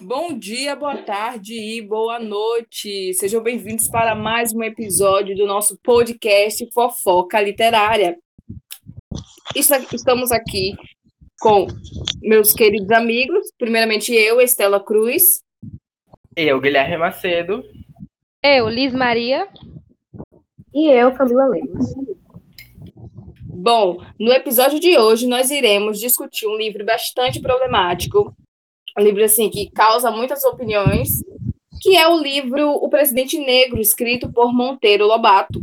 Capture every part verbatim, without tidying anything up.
Bom dia, boa tarde e boa noite. Sejam bem-vindos para mais um episódio do nosso podcast Fofoca Literária. Estamos aqui com meus queridos amigos, primeiramente eu, Estela Cruz. Eu, Guilherme Macedo. Eu, Liz Maria. E eu, Camila Lemos. Bom, no episódio de hoje nós iremos discutir um livro bastante problemático, um livro assim que causa muitas opiniões, que é o livro O Presidente Negro, escrito por Monteiro Lobato.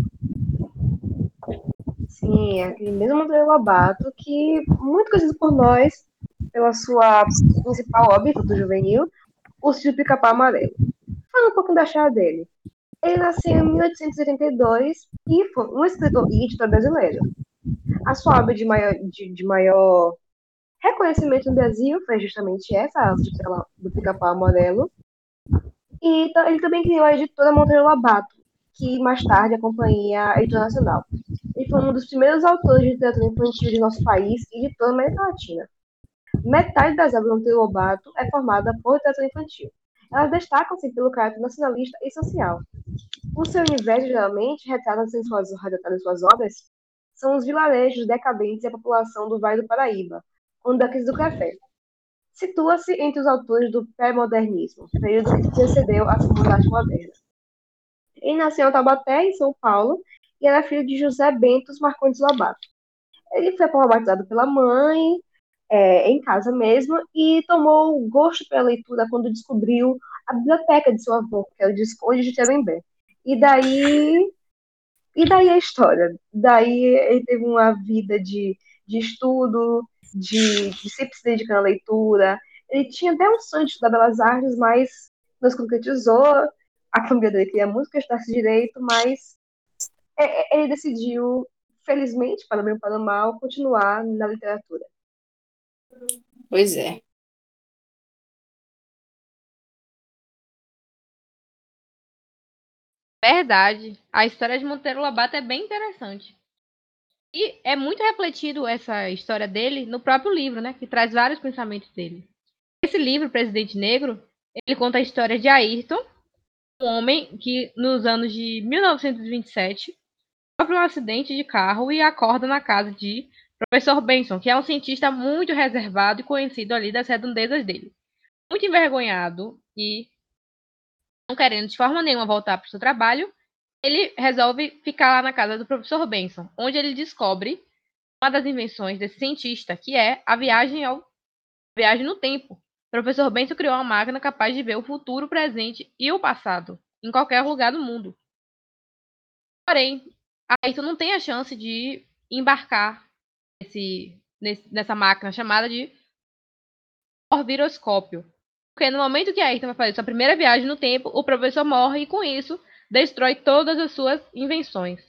Sim, aquele mesmo Monteiro Lobato que, muito conhecido por nós, pela sua principal obra, do juvenil, O Sítio do Pica-Pau Amarelo. Fala um pouquinho da história dele. Ele nasceu em mil oitocentos e oitenta e dois e foi um escritor e editor brasileiro. A sua obra de maior, de, de maior reconhecimento no Brasil foi justamente essa, O Sítio do Pica-Pau Amarelo. E ele também criou a editora Monteiro Lobato, que mais tarde acompanha a Editora Nacional. Ele foi um dos primeiros autores de literatura infantil de nosso país e de toda a América Latina. Metade das obras do Monteiro Lobato é formada por literatura infantil. Elas destacam-se pelo caráter nacionalista e social. O seu universo, geralmente, retratados em suas, retratado em suas obras, são os vilarejos decadentes e a população do Vale do Paraíba, onde a crise do café. Situa-se entre os autores do pré-modernismo, período que precedeu a Segunda Arte Moderna. Ele nasceu em Taubaté, em São Paulo, e era filho de José Bentos Marcondes Lobato. Ele foi alfabetizado pela mãe, é, em casa mesmo, e tomou gosto pela leitura quando descobriu a biblioteca de seu avô, que era o Visconde de Tremembé. E daí, e daí a história. Daí ele teve uma vida de, de estudo, de, de sempre se dedicando à leitura. Ele tinha até um sonho de estudar belas artes, mas não se concretizou. A família dele queria muito que ele estudasse direito, mas ele decidiu, felizmente, para o bem ou para o mal, continuar na literatura. Pois é. Verdade. A história de Monteiro Lobato é bem interessante. E é muito refletido essa história dele no próprio livro, né? Que traz vários pensamentos dele. Esse livro, Presidente Negro, ele conta a história de Ayrton, um homem que, nos anos de mil novecentos e vinte e sete, sofre um acidente de carro e acorda na casa de Professor Benson, que é um cientista muito reservado e conhecido ali das redondezas dele. Muito envergonhado e não querendo de forma nenhuma voltar para o seu trabalho, ele resolve ficar lá na casa do professor Benson, onde ele descobre uma das invenções desse cientista, que é a viagem ao a viagem no tempo. O professor Benson criou uma máquina capaz de ver o futuro, o presente e o passado, em qualquer lugar do mundo. Porém, Ayrton não tem a chance de embarcar nesse, nesse, nessa máquina chamada de orviroscópio. Porque no momento que Ayrton vai fazer sua primeira viagem no tempo, o professor morre e, com isso, destrói todas as suas invenções.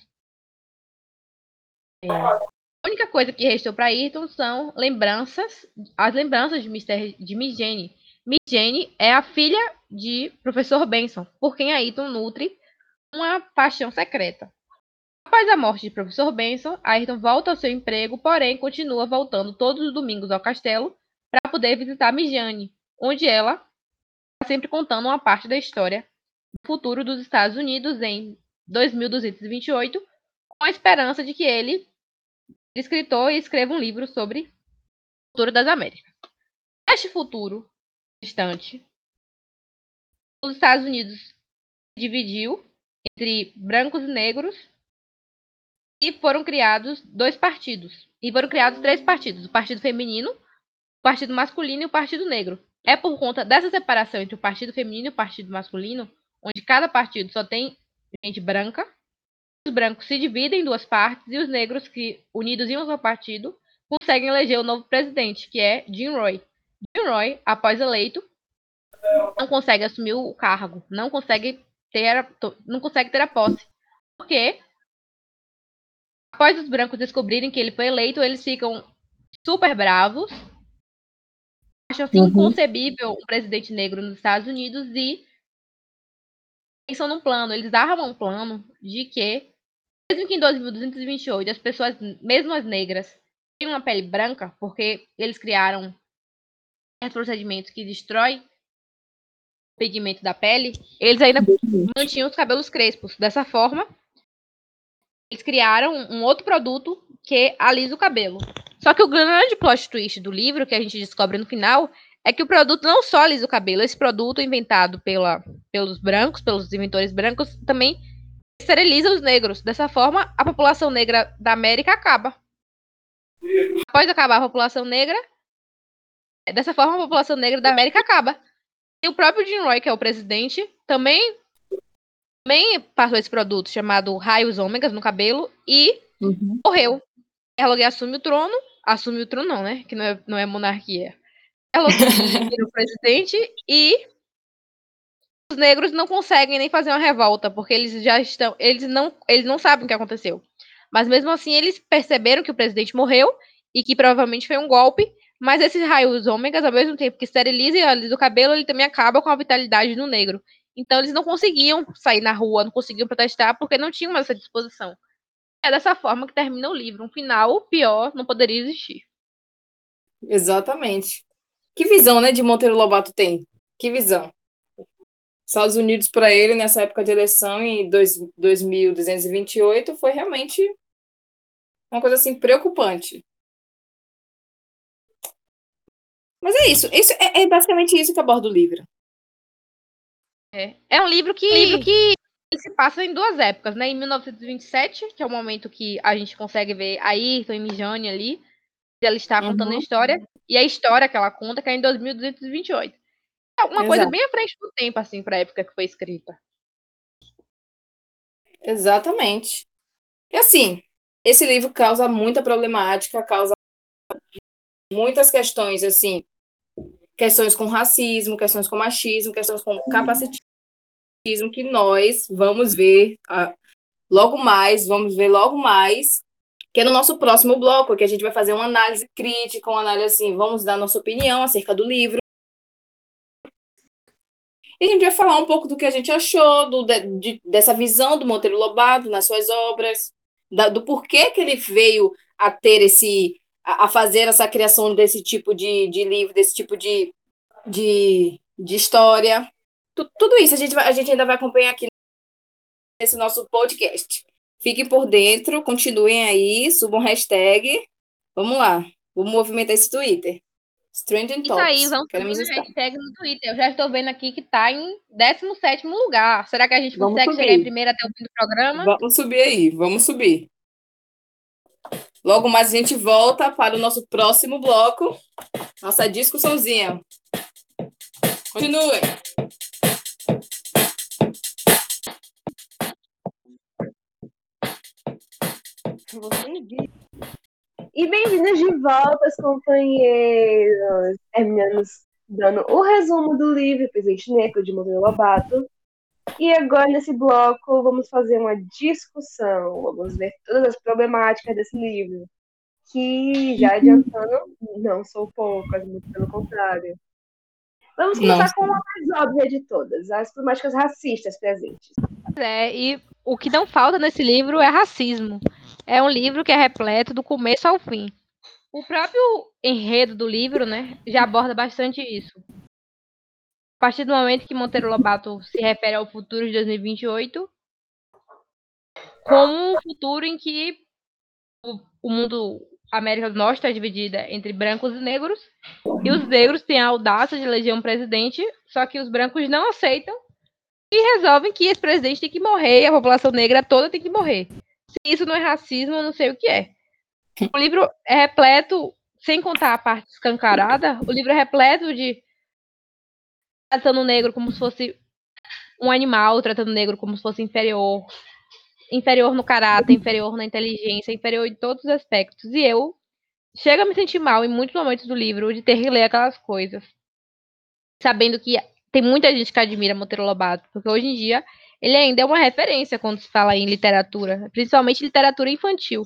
É. A única coisa que restou para Ayrton são lembranças, as lembranças de mister de Miss Jane. Miss Jane é a filha de professor Benson, por quem Ayrton nutre uma paixão secreta. Após a morte de professor Benson, Ayrton volta ao seu emprego, porém continua voltando todos os domingos ao castelo para poder visitar Miss Jane, onde ela está sempre contando uma parte da história do futuro dos Estados Unidos em dois mil duzentos e vinte e oito, com a esperança de que ele, escritor, escreva um livro sobre o futuro das Américas. Neste futuro distante, os Estados Unidos se dividiu entre brancos e negros e foram criados dois partidos. E foram criados três partidos: o Partido Feminino, o Partido Masculino e o Partido Negro. É por conta dessa separação entre o Partido Feminino e o Partido Masculino, onde cada partido só tem gente branca, os brancos se dividem em duas partes e os negros, que unidos em um só partido, conseguem eleger o novo presidente, que é Jim Roy. Jim Roy, após eleito, não consegue assumir o cargo, não consegue ter a, não consegue ter a posse. Porque, após os brancos descobrirem que ele foi eleito, eles ficam super bravos, acham assim, uhum, inconcebível um presidente negro nos Estados Unidos e pensam num plano. Eles armam um plano de que, mesmo que em dois mil duzentos e vinte e oito as pessoas, mesmo as negras, tenham uma pele branca, porque eles criaram procedimentos que destroem pigmento da pele, eles ainda mantinham os cabelos crespos. Dessa forma, eles criaram um outro produto que alisa o cabelo. Só que o grande plot twist do livro, que a gente descobre no final, é que o produto não só alisa o cabelo, esse produto inventado pela, pelos brancos, pelos inventores brancos, também esteriliza os negros. Dessa forma, a população negra da América acaba. Após acabar a população negra, dessa forma, a população negra da América acaba. E o próprio Jim Roy, que é o presidente, também, também passou esse produto chamado raios ômegas no cabelo e Uhum. morreu. Erlog assume o trono, assume o trono não, né? Que não é, não é monarquia. Erlog vira o presidente e os negros não conseguem nem fazer uma revolta, porque eles já estão, eles não, eles não sabem o que aconteceu. Mas mesmo assim, eles perceberam que o presidente morreu e que provavelmente foi um golpe, mas esses raios ômegas, ao mesmo tempo que esterilizam e alisam o cabelo, ele também acaba com a vitalidade do negro. Então eles não conseguiam sair na rua, não conseguiam protestar, porque não tinham essa disposição. É dessa forma que termina o livro. Um final pior não poderia existir. Exatamente. Que visão, né, de Monteiro Lobato tem? Que visão. Estados Unidos para ele, nessa época de eleição, em dois mil duzentos e vinte e oito, foi realmente uma coisa assim preocupante. Mas é isso. isso é, é basicamente isso que aborda o livro. É, é um livro que, um livro que se passa em duas épocas, né? Em mil novecentos e vinte e sete, que é o momento que a gente consegue ver a Ayrton e Mijane ali, ela está Uhum. contando a história, e a história que ela conta que é em dois mil duzentos e vinte e oito. É uma Exato. coisa bem à frente do tempo, assim, para a época que foi escrita. Exatamente. E assim, esse livro causa muita problemática, causa muitas questões, assim, questões com racismo, questões com machismo, questões com capacitismo, que nós vamos ver uh, logo mais, vamos ver logo mais, que é no nosso próximo bloco, que a gente vai fazer uma análise crítica, uma análise assim, vamos dar nossa opinião acerca do livro. E a gente vai falar um pouco do que a gente achou, do, de, dessa visão do Monteiro Lobato nas suas obras, da, do porquê que ele veio a ter esse, a, a fazer essa criação desse tipo de, de livro, desse tipo de, de, de história. Tu, tudo isso a gente, vai, a gente ainda vai acompanhar aqui nesse nosso podcast. Fiquem por dentro, continuem aí, subam hashtag. Vamos lá, vamos movimentar esse Twitter. Trending Isso aí, Topics. vamos Queremos subir estar. hashtag no Twitter. Eu já estou vendo aqui que está em décimo sétimo lugar. Será que a gente Vamos consegue subir. chegar em primeiro até o fim do programa? Vamos subir aí, vamos subir. Logo mais a gente volta para o nosso próximo bloco, nossa discussãozinha. Continue. E bem-vindos de volta, companheiros. Terminamos dando o resumo do livro Presente Negro, de Monteiro Lobato. E agora, nesse bloco, vamos fazer uma discussão. Vamos ver todas as problemáticas desse livro. Que, já adiantando, não são poucas, muito pelo contrário. Vamos começar Não. com a mais óbvia de todas, as problemáticas racistas presentes. É, e o que não falta nesse livro é racismo. É um livro que é repleto do começo ao fim. O próprio enredo do livro, né, já aborda bastante isso. A partir do momento que Monteiro Lobato se refere ao futuro de dois mil e vinte e oito, como um futuro em que o, o mundo, a América do Norte está dividida entre brancos e negros, e os negros têm a audácia de eleger um presidente, só que os brancos não aceitam e resolvem que esse presidente tem que morrer e a população negra toda tem que morrer. Se isso não é racismo, eu não sei o que é. O livro é repleto, sem contar a parte escancarada, o livro é repleto de tratando o negro como se fosse um animal, tratando o negro como se fosse inferior, inferior no caráter, inferior na inteligência, inferior em todos os aspectos. E eu chego a me sentir mal em muitos momentos do livro de ter que ler aquelas coisas, sabendo que tem muita gente que admira Monteiro Lobato, porque hoje em dia ele ainda é uma referência quando se fala em literatura, principalmente literatura infantil.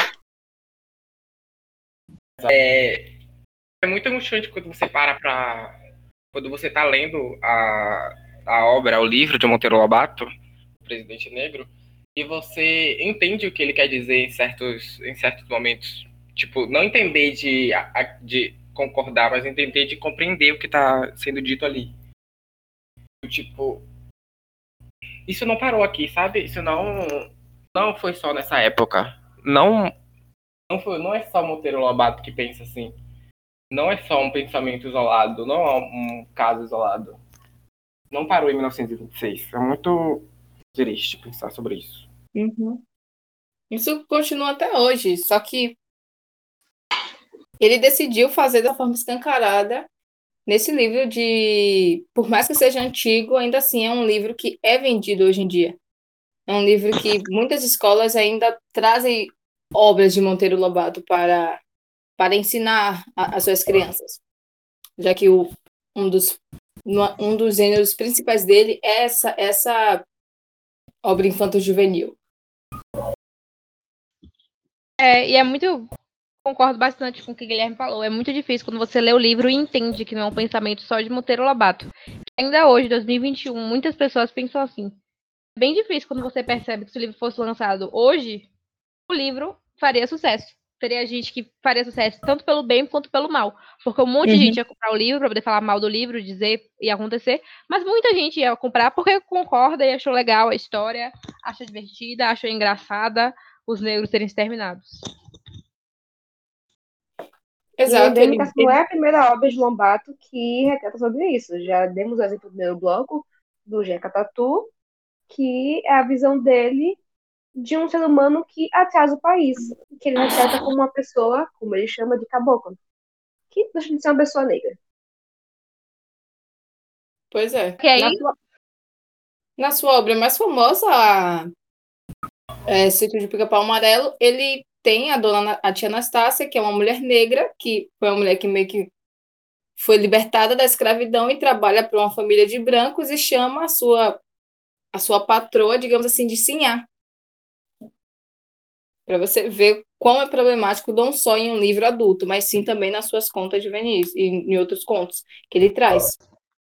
É, é muito angustiante quando você para pra... Quando você tá lendo a, a obra, o livro de Monteiro Lobato, o Presidente Negro, e você entende o que ele quer dizer em certos, em certos momentos. Tipo, não entender de, de concordar, mas entender de compreender o que tá sendo dito ali. tipo, isso não parou aqui, sabe? Isso não, não foi só nessa época. Não, não, foi, não é só Monteiro Lobato que pensa assim. Não é só um pensamento isolado, não é um caso isolado. Não parou em mil novecentos e vinte e seis. É muito triste pensar sobre isso. Uhum. Isso continua até hoje, só que ele decidiu fazer da forma escancarada nesse livro de, por mais que seja antigo, ainda assim é um livro que é vendido hoje em dia. É um livro que muitas escolas ainda trazem obras de Monteiro Lobato para, para ensinar a- as suas crianças, já que o, um dos, um dos gêneros principais dele é essa, essa obra infanto-juvenil. É, e é muito. Concordo bastante com o que o Guilherme falou. É muito difícil quando você lê o livro e entende que não é um pensamento só de Monteiro Lobato. Ainda hoje, dois mil e vinte e um, muitas pessoas pensam assim. É bem difícil quando você percebe que se o livro fosse lançado hoje, o livro faria sucesso. Teria gente que faria sucesso tanto pelo bem quanto pelo mal. Porque um monte de Uhum. gente ia comprar o livro para poder falar mal do livro, dizer ia acontecer. Mas muita gente ia comprar porque concorda e achou legal a história, acha divertida, achou engraçada os negros serem exterminados. E Exato, lembrando que ele, essa não ele é a primeira obra de Lombato que retrata sobre isso. Já demos o exemplo do primeiro bloco, do Jeca Tatu, que é a visão dele de um ser humano que atrasa o país, que ele retrata como uma pessoa, como ele chama, de caboclo, que deixa de ser uma pessoa negra. pois é. E aí, Na sua, na sua obra mais famosa, a é, Sítio de Pica-Pau Amarelo, ele tem a dona a tia Anastácia, que é uma mulher negra, que foi uma mulher que meio que foi libertada da escravidão e trabalha para uma família de brancos e chama a sua a sua patroa, digamos assim, de Sinhá, para você ver quão é problemático não só em um livro adulto, mas sim também nas suas contas juvenis e em outros contos que ele traz.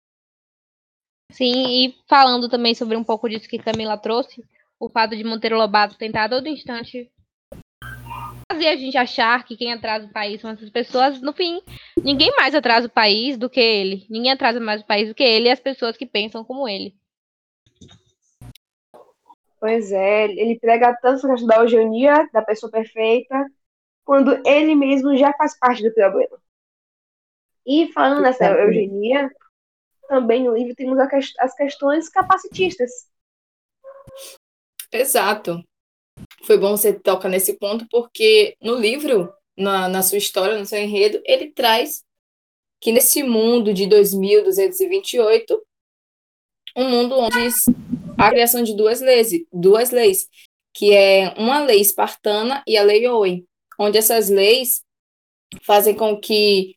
sim, e falando também sobre um pouco disso que Camila trouxe, o fato de Monteiro Lobato tentar a todo instante fazer a gente achar que quem atrasa o país são essas pessoas, no fim, ninguém mais atrasa o país do que ele. Ninguém atrasa mais o país do que ele e as pessoas que pensam como ele. Pois é, ele prega tanto essa questão da eugenia, da pessoa perfeita, quando ele mesmo já faz parte do problema. E falando nessa Exatamente. eugenia, também no livro temos a ques- as questões capacitistas. Exato. Foi bom você tocar nesse ponto, porque no livro, na, na sua história, no seu enredo, ele traz que nesse mundo de dois mil duzentos e vinte e oito, um mundo onde há a criação de duas leis, duas leis, que é uma lei espartana e a lei Owen, onde essas leis fazem com que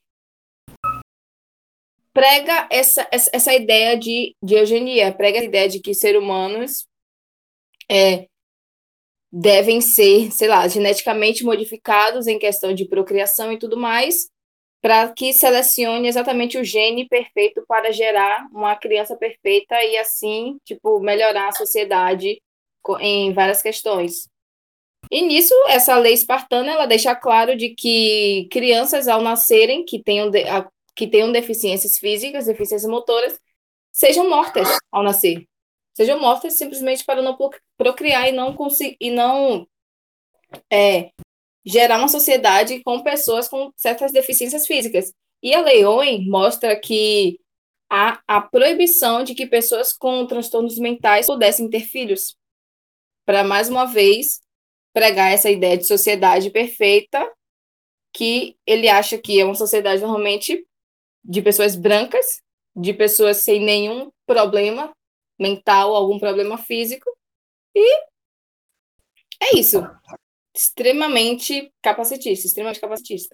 prega essa, essa, essa ideia de, de eugenia, prega a ideia de que seres humanos é, devem ser, sei lá, geneticamente modificados em questão de procriação e tudo mais, para que selecione exatamente o gene perfeito para gerar uma criança perfeita e assim, tipo, melhorar a sociedade em várias questões. E nisso, essa lei espartana, ela deixa claro de que crianças ao nascerem que tenham, de, a, que tenham deficiências físicas, deficiências motoras, sejam mortas ao nascer. Sejam mortas simplesmente para não procriar e não conseguir e não é, gerar uma sociedade com pessoas com certas deficiências físicas. E a Lei Owen mostra que há a proibição de que pessoas com transtornos mentais pudessem ter filhos, para mais uma vez pregar essa ideia de sociedade perfeita, que ele acha que é uma sociedade normalmente de pessoas brancas, de pessoas sem nenhum problema mental, algum problema físico, e é isso. Extremamente capacitista, extremamente capacitista.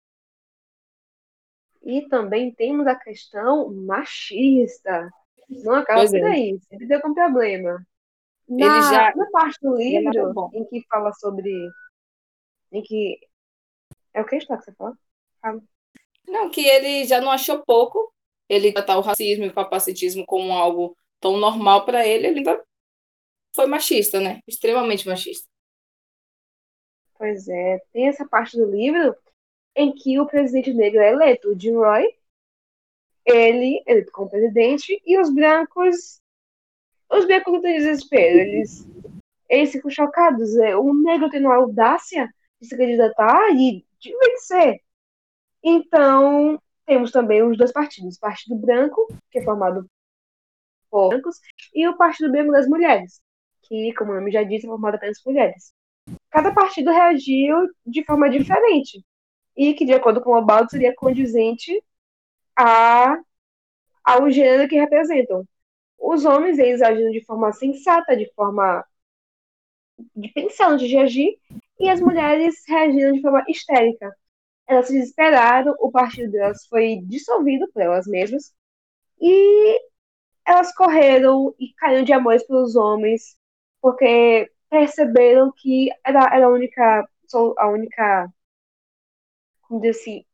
E também temos a questão machista. Não acaba Pois por é. aí, sempre deu um problema. Ele Na, já na parte do ele é nada livro bom. em que fala sobre. Em que. É o que está que você fala? Fala. Não, que ele já não achou pouco ele tratar o racismo e o capacitismo como algo tão normal para ele, ele ainda foi machista, né? Extremamente machista. Pois é, tem essa parte do livro em que o presidente negro é eleito, o Jim Roy, ele, ele como presidente, e os brancos, os brancos não têm desespero, eles, eles ficam chocados. É, o negro tendo a audácia de se candidatar e de vencer. Então, temos também os dois partidos, o Partido Branco, que é formado por brancos, e o Partido Branco das Mulheres, que, como o nome já disse, é formado apenas por mulheres. Cada partido reagiu de forma diferente e que, de acordo com o Obaldo, seria condizente a, ao gênero que representam. Os homens, eles agiram de forma sensata, de forma de pensar antes de agir, e as mulheres reagiram de forma histérica. Elas se desesperaram, o partido delas foi dissolvido por elas mesmas, e elas correram e caíram de amores pelos homens, porque perceberam que era, era a única, a única, como dizer assim,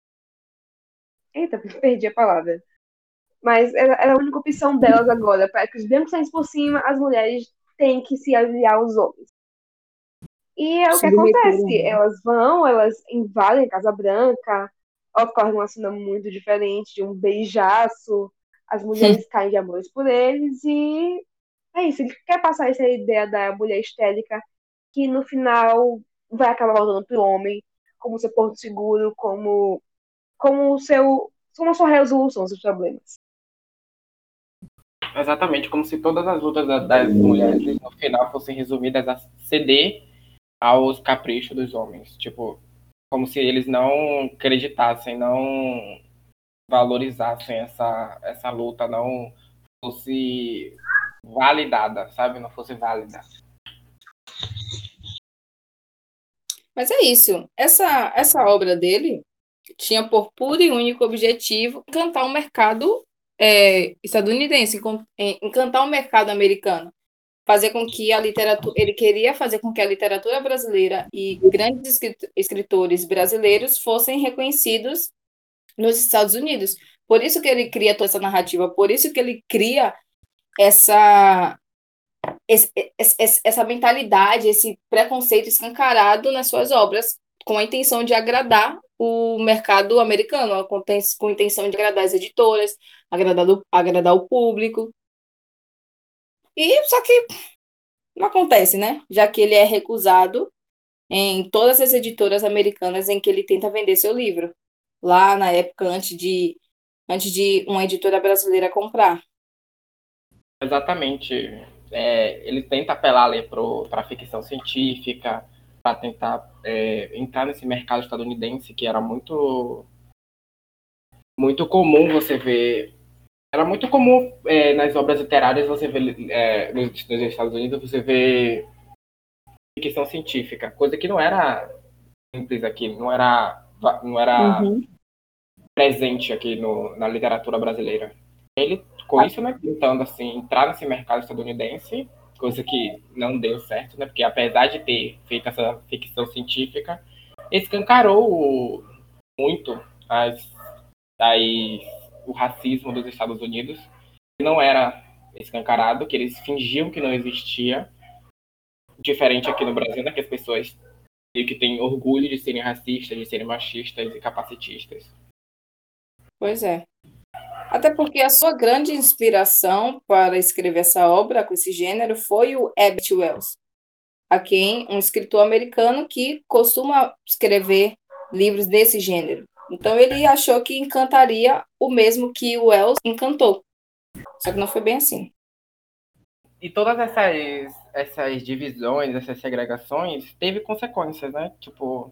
eita, perdi a palavra, mas era, era a única opção delas agora, para que os brancos saíssem por cima, as mulheres têm que se aliar aos homens. E é o que acontece, elas vão, elas invadem a Casa Branca, ocorre uma cena muito diferente, de um beijaço, as mulheres caem de amores por eles, e é isso, ele quer passar essa ideia da mulher histérica, que no final vai acabar voltando pro homem, como seu porto seguro, como, como o seu, como a sua resolução dos problemas. Exatamente, como se todas as lutas da- das mulheres no final fossem resumidas a ceder aos caprichos dos homens. Tipo, como se eles não acreditassem, não valorizassem essa, essa luta, não fosse validada, sabe? Não fosse válida. Mas é isso. Essa, essa obra dele tinha por puro e único objetivo encantar o mercado é, estadunidense, encon- é, encantar o mercado americano, fazer com que a literatura, ele queria fazer com que a literatura brasileira e grandes escrit- escritores brasileiros fossem reconhecidos nos Estados Unidos. Por isso que ele cria toda essa narrativa, por isso que ele cria essa esse- esse- essa mentalidade, esse preconceito escancarado nas suas obras, com a intenção de agradar o mercado americano, com com a intenção de agradar as editoras, agradar, do- agradar o público. E só que não acontece, né? Já que ele é recusado em todas as editoras americanas em que ele tenta vender seu livro, lá na época antes de, antes de uma editora brasileira comprar. Exatamente. É, ele tenta apelar ali para a ficção científica, para tentar é, entrar nesse mercado estadunidense que era muito, muito comum você ver. Era muito comum é, nas obras literárias você ver é, nos, nos Estados Unidos você ver ficção científica, coisa que não era simples aqui, não era, não era Uhum. presente aqui no, na literatura brasileira. Ele, com isso, né, tentando assim, entrar nesse mercado estadunidense, coisa que não deu certo, né, porque apesar de ter feito essa ficção científica, escancarou muito as, as, o racismo dos Estados Unidos, que não era escancarado, que eles fingiam que não existia, diferente aqui no Brasil, né, que as pessoas que têm orgulho de serem racistas, de serem machistas e capacitistas. Pois é. Até porque a sua grande inspiração para escrever essa obra com esse gênero foi o Herbert Wells, a quem um escritor americano que costuma escrever livros desse gênero. Então ele achou que encantaria o mesmo que o Wells encantou. Só que não foi bem assim. E todas essas, essas divisões, essas segregações, teve consequências, né? Tipo,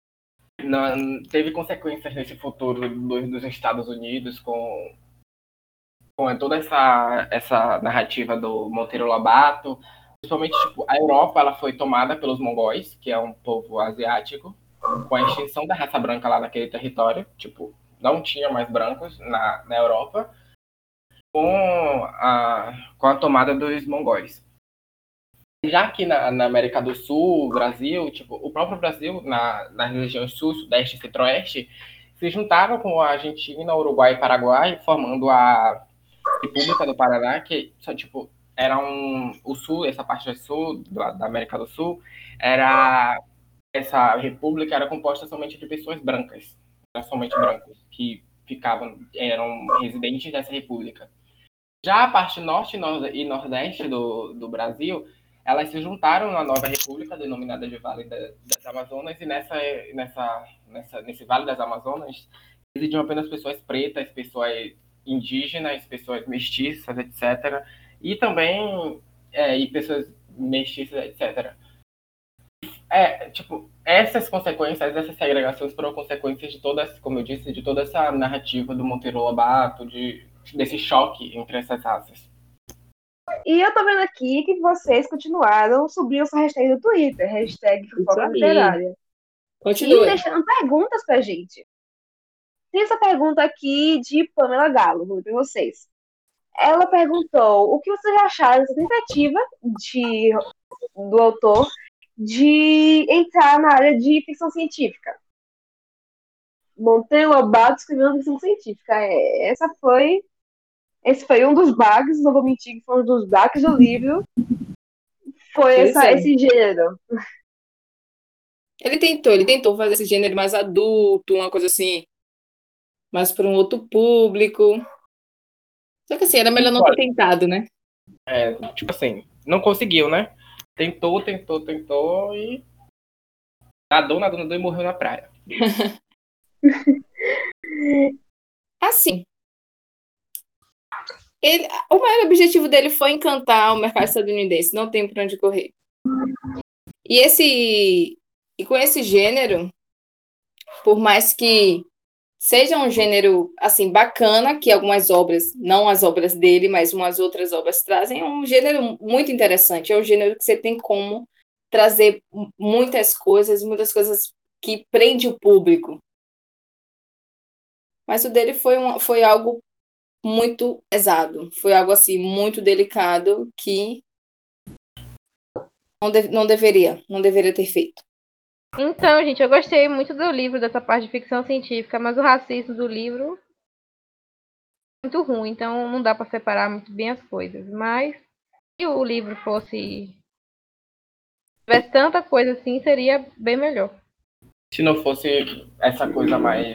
não, teve consequências nesse futuro dos, dos Estados Unidos com, com toda essa, essa narrativa do Monteiro Lobato. Principalmente, tipo, a Europa ela foi tomada pelos mongóis, que é um povo asiático, com a extinção da raça branca lá naquele território. Tipo, não tinha mais brancos na, na Europa, com a, com a tomada dos mongóis. Já aqui na, na América do Sul, Brasil, tipo, o próprio Brasil, na, nas regiões Sul, Sudeste e Centro-Oeste, se juntaram com a Argentina, Uruguai e Paraguai, formando a República do Paraná, que só, tipo, era um, o Sul, essa parte do Sul, da, da América do Sul, era essa república era composta somente de pessoas brancas, era somente brancos, que ficavam, eram residentes dessa república. Já a parte norte e nordeste do, do Brasil, elas se juntaram na nova república, denominada de Vale das Amazonas, e nessa, nessa, nessa, nesse Vale das Amazonas residiam apenas pessoas pretas, pessoas indígenas, pessoas mestiças, etcétera. E também é, e pessoas mestiças, etcétera. É, tipo, essas consequências, essas segregações foram consequências de todas, como eu disse, de toda essa narrativa do Monteiro Lobato, de, desse choque entre essas raças. E eu tô vendo aqui que vocês continuaram subindo essa hashtag do Twitter, hashtag fofoca literária. Continue. E deixando perguntas pra gente. Tem essa pergunta aqui de Pamela Galo, vou ler pra vocês. Ela perguntou o que vocês acharam dessa tentativa de, do autor de entrar na área de ficção científica. Monteiro Lobato escrevendo ficção científica. É, essa foi, esse foi um dos bugs, não vou mentir que foi um dos bugs do livro. Foi essa, é. esse gênero. Ele tentou, ele tentou fazer esse gênero mais adulto, uma coisa assim, mais para um outro público. Só que assim, era melhor não ter tentado, né? É, tipo assim, não conseguiu, né? Tentou, tentou, tentou e nadou, nadou, nadou e morreu na praia. Assim, ele, o maior objetivo dele foi encantar o mercado estadunidense, não tem para onde correr. E esse e com esse gênero, por mais que seja um gênero assim bacana, que algumas obras, não as obras dele, mas umas outras obras trazem, é um gênero muito interessante, é um gênero que você tem como trazer muitas coisas, muitas coisas que prende o público. Mas o dele foi, um, foi algo muito pesado, foi algo assim muito delicado que não, de, não deveria, não deveria ter feito. Então, gente, eu gostei muito do livro, dessa parte de ficção científica, mas o racismo do livro é muito ruim, então não dá para separar muito bem as coisas. Mas se o livro fosse tivesse tanta coisa assim, seria bem melhor. Se não fosse essa coisa mais,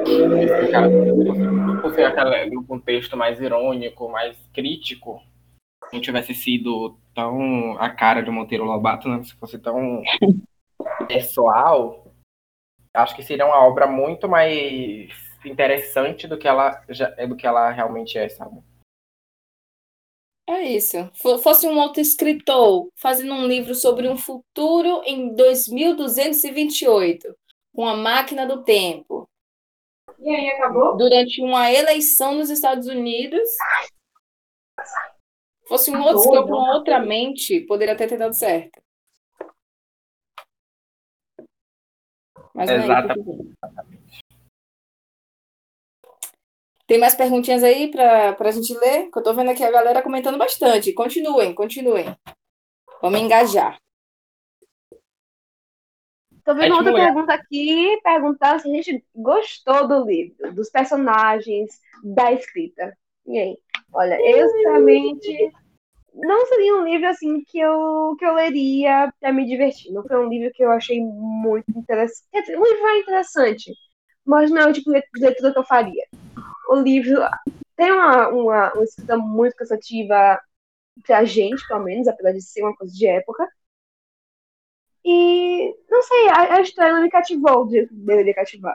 se fosse aquela, no contexto mais irônico, mais crítico, não tivesse sido tão a cara de Monteiro Lobato, né? Se fosse tão pessoal, acho que seria uma obra muito mais interessante do que ela, já, do que ela realmente é, sabe? É isso. Fosse um outro escritor fazendo um livro sobre um futuro em dois mil duzentos e vinte e oito, com a máquina do tempo. E aí, acabou? Durante uma eleição nos Estados Unidos. Fosse um outro escritor com outra mente, poderia até ter dado certo. Mas não é Exatamente. Tem mais perguntinhas aí para a gente ler? Que eu tô vendo aqui a galera comentando bastante. Continuem, continuem. Vamos engajar. Tô vendo outra pergunta aqui, perguntando se a gente gostou do livro, dos personagens, da escrita. E aí? Olha, eu sinceramente não seria um livro assim que eu, que eu leria para me divertir. Não foi um livro que eu achei muito interessante. Quer dizer, o livro é interessante, mas não é o tipo de leitura que eu faria. O livro tem uma, uma, uma escrita muito cansativa pra gente, pelo menos, apesar de ser uma coisa de época. E, não sei, a, a história não me cativou, deveria cativar.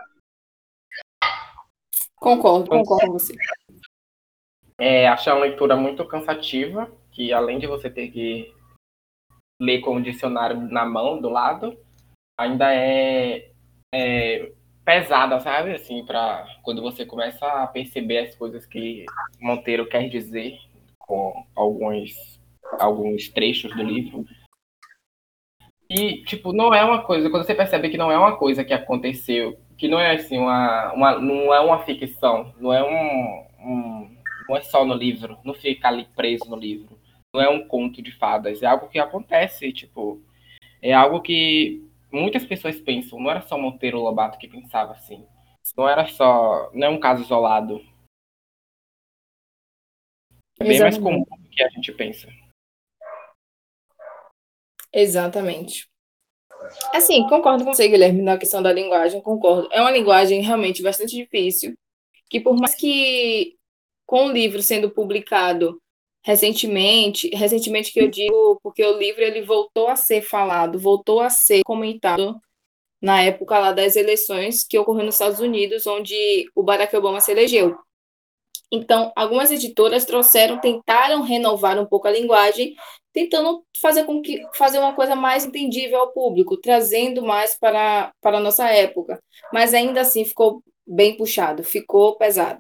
Concordo, concordo com você. É, achei uma leitura muito cansativa, que além de você ter que ler com o dicionário na mão, do lado, ainda é, é pesada, sabe? Assim, para quando você começa a perceber as coisas que Monteiro quer dizer com alguns, alguns trechos do livro. E, tipo, não é uma coisa, quando você percebe que não é uma coisa que aconteceu, que não é assim, uma, uma, não é uma ficção, não é um, um não é só no livro, não fica ali preso no livro, não é um conto de fadas, é algo que acontece, tipo, é algo que muitas pessoas pensam, não era só Monteiro Lobato que pensava assim, não era só, não é um caso isolado, é bem mais comum do que a gente pensa. Exatamente. Assim, concordo com você, Guilherme, na questão da linguagem, concordo. É uma linguagem realmente bastante difícil. que por mais que com o livro sendo publicado recentemente, recentemente que eu digo, porque o livro ele voltou a ser falado, voltou a ser comentado na época lá das eleições que ocorreu nos Estados Unidos, onde o Barack Obama se elegeu. Então, algumas editoras trouxeram, tentaram renovar um pouco a linguagem, tentando fazer com que fazer uma coisa mais entendível ao público, trazendo mais para, para a nossa época. Mas ainda assim ficou bem puxado, ficou pesado.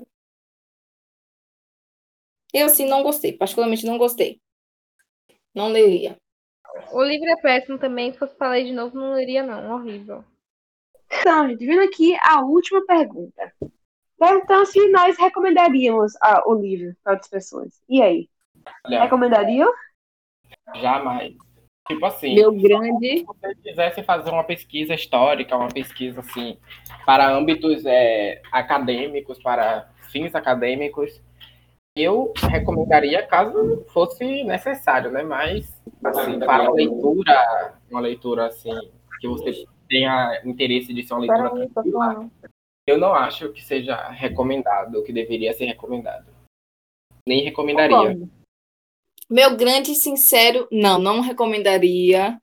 Eu, assim, não gostei, particularmente não gostei. Não leria. O livro é péssimo também. Se fosse pra ler de novo, não leria, não. Horrível. Então, gente, vindo aqui a última pergunta. Então, se nós recomendaríamos ah, o livro para outras pessoas, e aí? Olha, Recomendariam? jamais. Tipo assim, Meu grande. se você quisesse fazer uma pesquisa histórica, uma pesquisa assim, para âmbitos é, acadêmicos, para fins acadêmicos, eu recomendaria caso fosse necessário, né? Mas, assim, para leitura, uma leitura assim, que você tenha interesse de ser uma leitura Peraí, tô tranquila, falando. eu não acho que seja recomendado, que deveria ser recomendado. Nem recomendaria. Concordo. Meu grande e sincero, não, não recomendaria.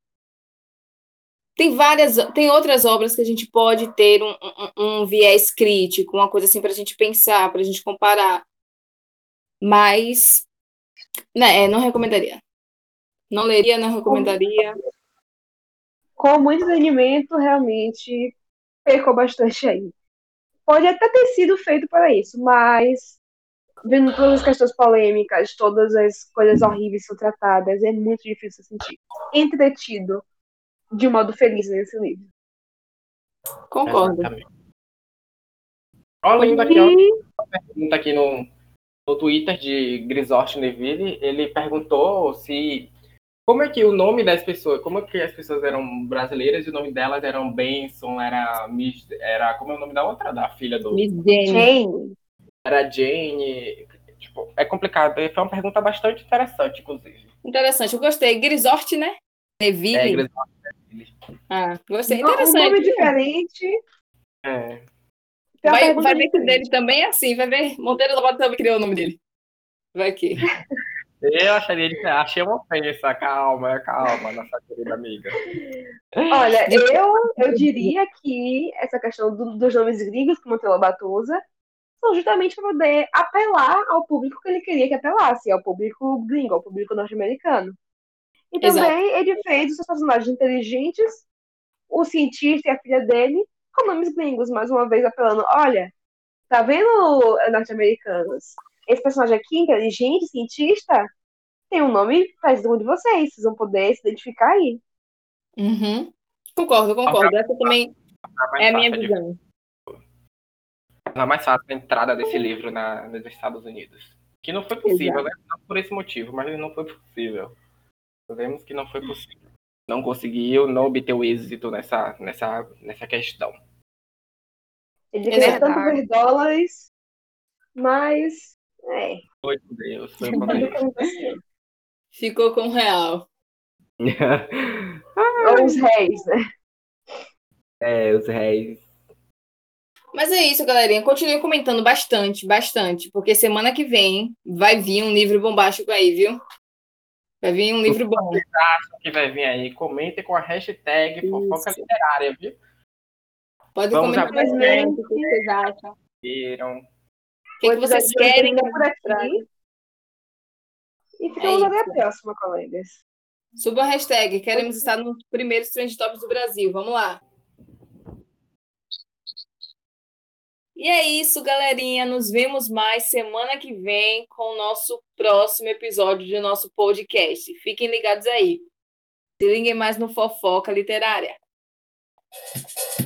Tem várias, tem outras obras que a gente pode ter um, um, um viés crítico, uma coisa assim para a gente pensar, para a gente comparar. Mas, né, é, não recomendaria. Não leria, não recomendaria. Com muito entendimento, realmente pecou bastante aí. Pode até ter sido feito para isso, mas vendo todas as questões polêmicas, todas as coisas horríveis que são tratadas, é muito difícil sentir entretido de modo feliz nesse livro. Concordo. Exatamente. Ó, lendo aqui, ó, E pergunta aqui no, no Twitter de Grisort Neville, ele perguntou se como é que o nome das pessoas, como é que as pessoas eram brasileiras e o nome delas eram Benson, era Miss, era como é o nome da outra, da filha do Miss Jane. Jane, era Jane, tipo, é complicado, foi uma pergunta bastante interessante, inclusive. Interessante, eu gostei. Grisort, né? É, Neville. Grisort Neville. Ah, gostei. no- um Interessante. nome diferente. É. Tem uma Vai, pergunta vai ver que o diferente. dele também é assim. Vai ver. Monteiro Lobato também criou o nome dele. Vai que. Eu acharia ele, achei uma ofensa, calma, calma, nossa querida amiga. Olha, eu, eu diria que essa questão do- dos nomes gringos que Monteiro Lobato usa são justamente para poder apelar ao público que ele queria que apelasse, ao público gringo, ao público norte-americano. E Exato. também ele fez os seus personagens inteligentes, o cientista e a filha dele, com nomes gringos, mais uma vez apelando, olha, tá vendo, norte-americanos? Esse personagem aqui, inteligente, cientista, tem um nome parecido com o de vocês, vocês vão poder se identificar aí. Uhum. Concordo, concordo. Essa também A mais é a minha fácil de visão. a mais fácil a entrada desse livro na, nos Estados Unidos. Que não foi possível, Exato. né? Não por esse motivo, mas não foi possível. Vemos que não foi possível. Não conseguiu, não obteve êxito nessa, nessa, nessa questão. Ele Exato. queria tanto ver dólares, mas. É, Foi com Deus, foi com fazer o que Deus. aconteceu. Ficou com o real. Ou os réis, né? É, os réis. Mas é isso, galerinha. Continue comentando bastante, bastante. Porque semana que vem vai vir um livro bombástico aí, viu? Vai vir um livro bom. O que vai vir aí? Comentem com a hashtag fofoca Isso. literária, viu? Pode Vamos comentar abrir. bastante o que vocês acham. Viram? O que, que vocês episódio de hoje querem termina que por a gente traga. aqui. E É ficamos até a isso. próxima, colegas. Suba a hashtag. Queremos estar nos primeiros Trend Tops do Brasil. Vamos lá. E é isso, galerinha. Nos vemos mais semana que vem com o nosso próximo episódio do nosso podcast. Fiquem ligados aí. Se liguem mais no Fofoca Literária.